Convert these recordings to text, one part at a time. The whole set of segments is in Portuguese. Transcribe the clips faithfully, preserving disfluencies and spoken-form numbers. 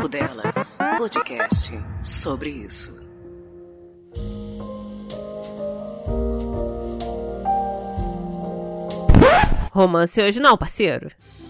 Papo Delas, podcast sobre isso. Romance hoje não, parceiro.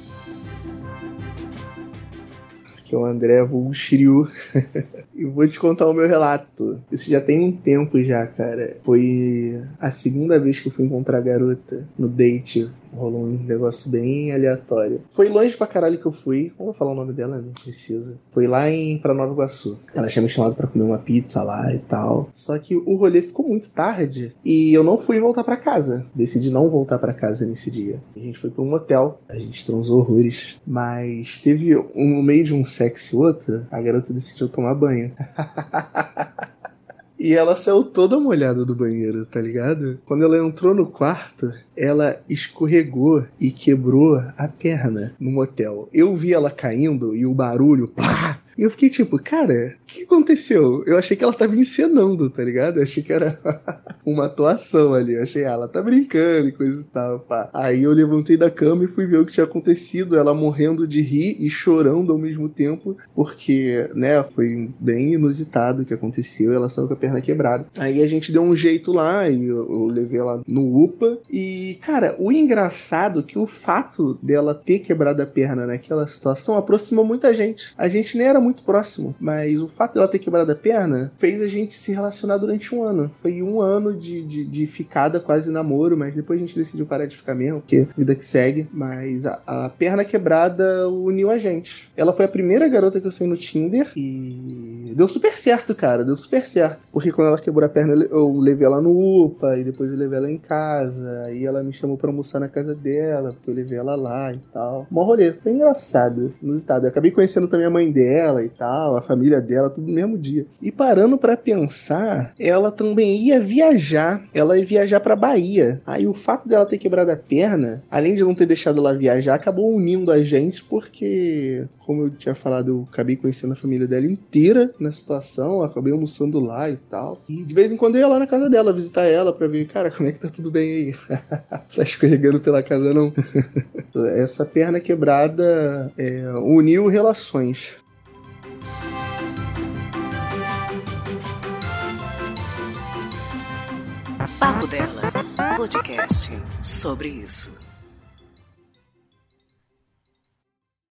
Que é o André vulgo Shiryu. E vou te contar o meu relato. Isso já tem um tempo já, cara. Foi a segunda vez que eu fui encontrar a garota no date. Rolou um negócio bem aleatório. Foi longe pra caralho que eu fui. Não vou falar o nome dela, não precisa. Foi lá em pra Nova Iguaçu. Ela tinha me chamado pra comer uma pizza lá e tal. Só que o rolê ficou muito tarde e eu não fui voltar pra casa. Decidi não voltar pra casa nesse dia. A gente foi pra um motel. A gente transou horrores. Mas teve um, no meio de um sexo e outro, a garota decidiu tomar banho. E ela saiu toda molhada do banheiro, tá ligado? Quando ela entrou no quarto, ela escorregou e quebrou a perna no motel. Eu vi ela caindo e o barulho, pá! E eu fiquei tipo, cara, o que aconteceu? Eu achei que ela tava encenando, tá ligado? Eu achei que era uma atuação ali. Eu achei, ah, ela tá brincando e coisa e tal, pá. Aí eu levantei da cama e fui ver o que tinha acontecido. Ela morrendo de rir e chorando ao mesmo tempo, porque, né, foi bem inusitado o que aconteceu. Ela saiu com a perna quebrada. Aí a gente deu um jeito lá e eu, eu levei ela no U P A. E, cara, o engraçado é que o fato dela ter quebrado a perna naquela situação aproximou muita gente. A gente nem era muito próximo, mas o fato dela ter quebrado a perna fez a gente se relacionar durante um ano. Foi um ano de, de, de ficada, quase namoro, mas depois a gente decidiu parar de ficar mesmo, porque vida que segue. Mas a, a perna quebrada uniu a gente. Ela foi a primeira garota que eu saí no Tinder e deu super certo, cara, deu super certo. Porque quando ela quebrou a perna, eu levei ela no U P A e depois eu levei ela em casa. Aí ela me chamou pra almoçar na casa dela, porque eu levei ela lá e tal. Mó rolê, foi engraçado, inusitado. Eu acabei conhecendo também a mãe dela e tal, a família dela, tudo no mesmo dia. E parando pra pensar, ela também ia viajar. Ela ia viajar pra Bahia. Aí o fato dela ter quebrado a perna, além de não ter deixado ela viajar, acabou unindo a gente, porque, como eu tinha falado, eu acabei conhecendo a família dela inteira na situação, acabei almoçando lá e tal. E de vez em quando eu ia lá na casa dela, visitar ela pra ver, cara, como é que tá tudo bem aí? Tá escorregando pela casa, não? Essa perna quebrada é, uniu relações. Papo Delas, podcast sobre isso.